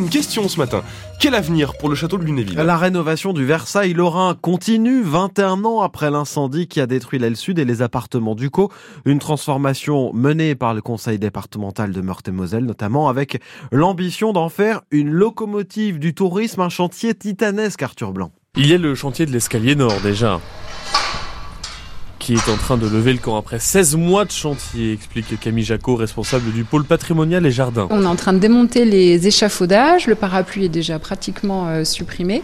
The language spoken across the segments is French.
une question ce matin. Quel avenir pour le château de Lunéville ? La rénovation du Versailles Lorrain continue 21 ans après l'incendie qui a détruit l'aile sud et les appartements du Caux. Une transformation menée par le conseil départemental de Meurthe-et-Moselle, notamment avec l'ambition d'en faire une locomotive du tourisme, un chantier titanesque, Arthur Blanc. Il y a le chantier de l'escalier nord déjà, qui est en train de lever le camp après 16 mois de chantier, explique Camille Jacot, responsable du pôle patrimonial et jardin. On est en train de démonter les échafaudages, le parapluie est déjà pratiquement supprimé.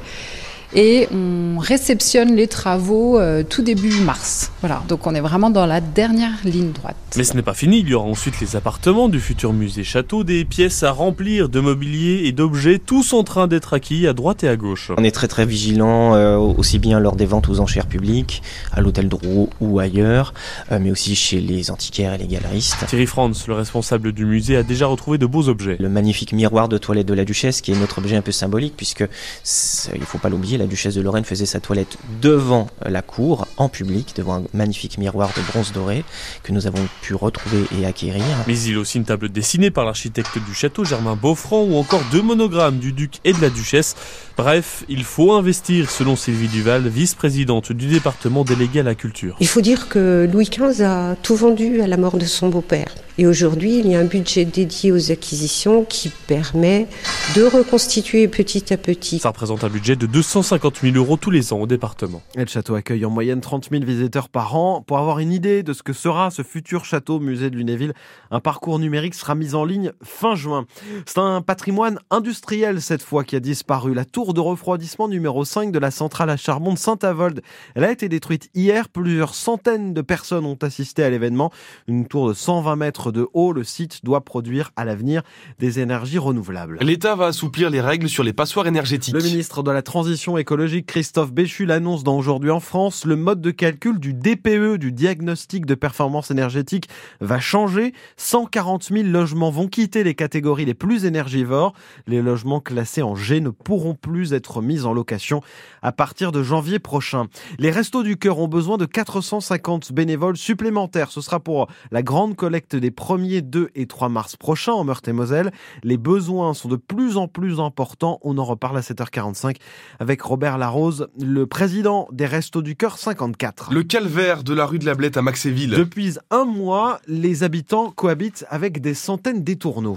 Et on réceptionne les travaux tout début mars. Voilà, donc on est vraiment dans la dernière ligne droite. Mais ce n'est pas fini, il y aura ensuite les appartements du futur musée château, des pièces à remplir de mobilier et d'objets, tous en train d'être acquis à droite et à gauche. On est très vigilant, aussi bien lors des ventes aux enchères publiques, à l'hôtel Drouot ou ailleurs, mais aussi chez les antiquaires et les galeristes. Thierry Franz, le responsable du musée, a déjà retrouvé de beaux objets. Le magnifique miroir de toilette de la Duchesse, qui est notre objet un peu symbolique, puisque, il ne faut pas l'oublier, la Duchesse de Lorraine faisait sa toilette devant la cour, en public, devant un magnifique miroir de bronze doré que nous avons pu retrouver et acquérir. Mais il y a aussi une table dessinée par l'architecte du château, Germain Beaufranc, ou encore 2 monogrammes du duc et de la duchesse. Bref, il faut investir, selon Sylvie Duval, vice-présidente du département déléguée à la culture. Il faut dire que Louis XV a tout vendu à la mort de son beau-père. Et aujourd'hui, il y a un budget dédié aux acquisitions qui permet de reconstituer petit à petit. Ça représente un budget de 250 000 € tous les ans au département. Et le château accueille en moyenne 30 000 visiteurs par an. Pour avoir une idée de ce que sera ce futur château musée de Lunéville, un parcours numérique sera mis en ligne fin juin. C'est un patrimoine industriel cette fois qui a disparu. La tour de refroidissement numéro 5 de la centrale à charbon de Saint-Avold. Elle a été détruite hier. Plusieurs centaines de personnes ont assisté à l'événement. Une tour de 120 mètres de haut, le site doit produire à l'avenir des énergies renouvelables. L'État va assouplir les règles sur les passoires énergétiques. Le ministre de la Transition écologique, Christophe Béchu, l'annonce dans Aujourd'hui en France. Le mode de calcul du DPE, du diagnostic de performance énergétique, va changer. 140 000 logements vont quitter les catégories les plus énergivores. Les logements classés en G ne pourront plus être mis en location à partir de janvier prochain. Les Restos du Cœur ont besoin de 450 bénévoles supplémentaires. Ce sera pour la grande collecte des 1er, 2 et 3 mars prochains en Meurthe-et-Moselle. Les besoins sont de plus en plus importants. On en reparle à 7h45 avec Robert Larose, le président des Restos du Cœur 54. Le calvaire de la rue de la Blette à Maxéville. Depuis un mois, les habitants cohabitent avec des centaines d'étourneaux.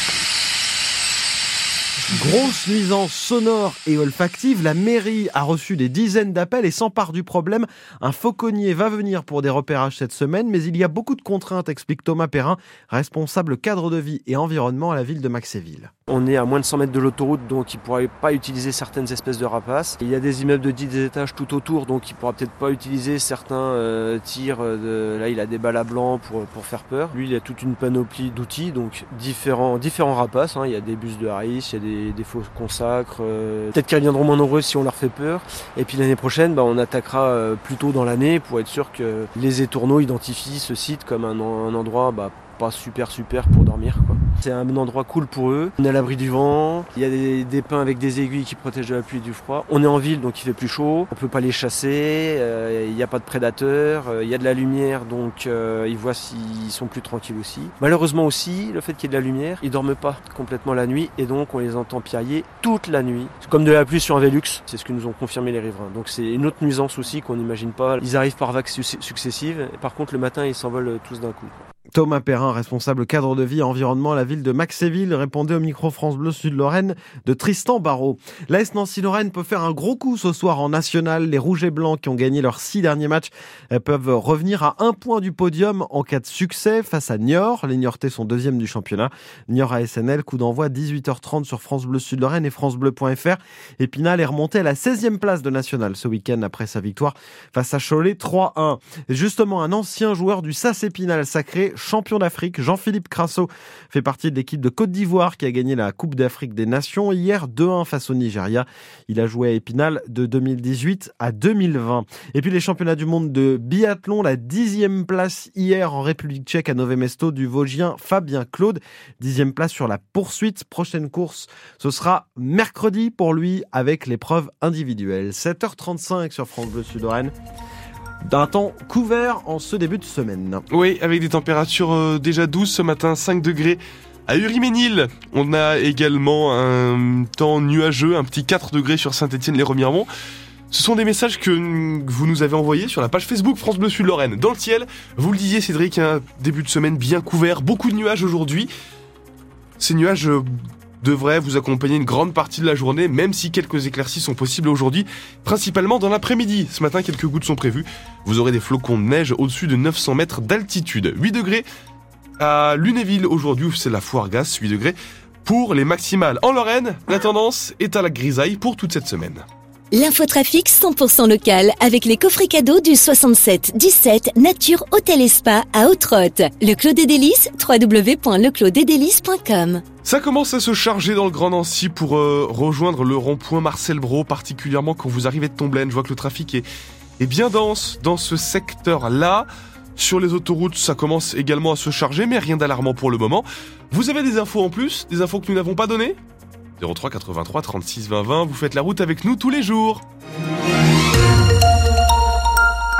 Grosse nuisance sonore et olfactive, la mairie a reçu des dizaines d'appels et s'empare du problème. Un fauconnier va venir pour des repérages cette semaine, mais il y a beaucoup de contraintes, explique Thomas Perrin, responsable cadre de vie et environnement à la ville de Maxéville. On est à moins de 100 mètres de l'autoroute, donc il ne pourra pas utiliser certaines espèces de rapaces. Il y a des immeubles de 10 étages tout autour, donc il ne pourra peut-être pas utiliser certains tirs. Là, il a des balles à blanc pour faire peur. Lui, il a toute une panoplie d'outils, donc différents rapaces. Il y a des bus de Harris, il y a des faux consacres. Peut-être qu'ils reviendront moins nombreux si on leur fait peur. Et puis l'année prochaine, on attaquera plus tôt dans l'année pour être sûr que les étourneaux identifient ce site comme un endroit pas super pour dormir, quoi. C'est un endroit cool pour eux. On est à l'abri du vent, il y a des pins avec des aiguilles qui protègent de la pluie et du froid. On est en ville, donc il fait plus chaud, on peut pas les chasser, il n'y a pas de prédateurs, il y a de la lumière, donc ils voient s'ils sont plus tranquilles aussi. Malheureusement aussi, le fait qu'il y ait de la lumière, ils dorment pas complètement la nuit et donc on les entend piailler toute la nuit. C'est comme de la pluie sur un Velux, c'est ce que nous ont confirmé les riverains. Donc c'est une autre nuisance aussi qu'on n'imagine pas. Ils arrivent par vagues successives, et par contre le matin ils s'envolent tous d'un coup. Thomas Perrin, responsable cadre de vie et environnement à la ville de Maxéville, répondait au micro France Bleu Sud-Lorraine de Tristan Barrault. L'AS Nancy-Lorraine peut faire un gros coup ce soir en national. Les Rouges et Blancs qui ont gagné leurs 6 derniers matchs peuvent revenir à 1 point du podium en cas de succès face à Niort. Les Niortais sont 2e du championnat. Niort ASNL, coup d'envoi 18h30 sur France Bleu Sud-Lorraine et francebleu.fr. Épinal est remonté à la 16e place de national ce week-end après sa victoire face à Cholet 3-1. Et justement, un ancien joueur du SAS Épinal sacré champion d'Afrique, Jean-Philippe Crasso, fait partie de l'équipe de Côte d'Ivoire qui a gagné la Coupe d'Afrique des Nations hier 2-1 face au Nigeria. Il a joué à Épinal de 2018 à 2020. Et puis les championnats du monde de biathlon, la 10e place hier en République tchèque à Nové Mesto du Vosgien Fabien Claude. 10e place sur la poursuite. Prochaine course, ce sera mercredi pour lui avec l'épreuve individuelle. 7h35 sur France Bleu Sud-Lorraine. D'un temps couvert en ce début de semaine. Oui, avec des températures déjà douces ce matin, 5 degrés À Uriménil, on a également un temps nuageux, un petit 4 degrés sur Saint-Étienne-les-Remiremont. Ce sont des messages que vous nous avez envoyés sur la page Facebook France Bleu Sud Lorraine. Dans le ciel, vous le disiez Cédric, un début de semaine bien couvert, beaucoup de nuages aujourd'hui. Ces nuages devraient vous accompagner une grande partie de la journée, même si quelques éclaircies sont possibles aujourd'hui, principalement dans l'après-midi. Ce matin, quelques gouttes sont prévues. Vous aurez des flocons de neige au-dessus de 900 mètres d'altitude. 8 degrés à Lunéville aujourd'hui, c'est la foire Gasse, 8 degrés pour les maximales. En Lorraine, la tendance est à la grisaille pour toute cette semaine. L'infotrafic 100% local avec les coffrets cadeaux du 67-17 Nature Hôtel et Spa à Haute-Rotte. Le Clos des Délices, www.leclosdesdélices.com. Ça commence à se charger dans le Grand Nancy pour rejoindre le rond-point Marcel Brault, particulièrement quand vous arrivez de Tomblaine. Je vois que le trafic est bien dense dans ce secteur-là. Sur les autoroutes, ça commence également à se charger, mais rien d'alarmant pour le moment. Vous avez des infos en plus, des infos que nous n'avons pas données ? 03 83 36 20 20, vous faites la route avec nous tous les jours.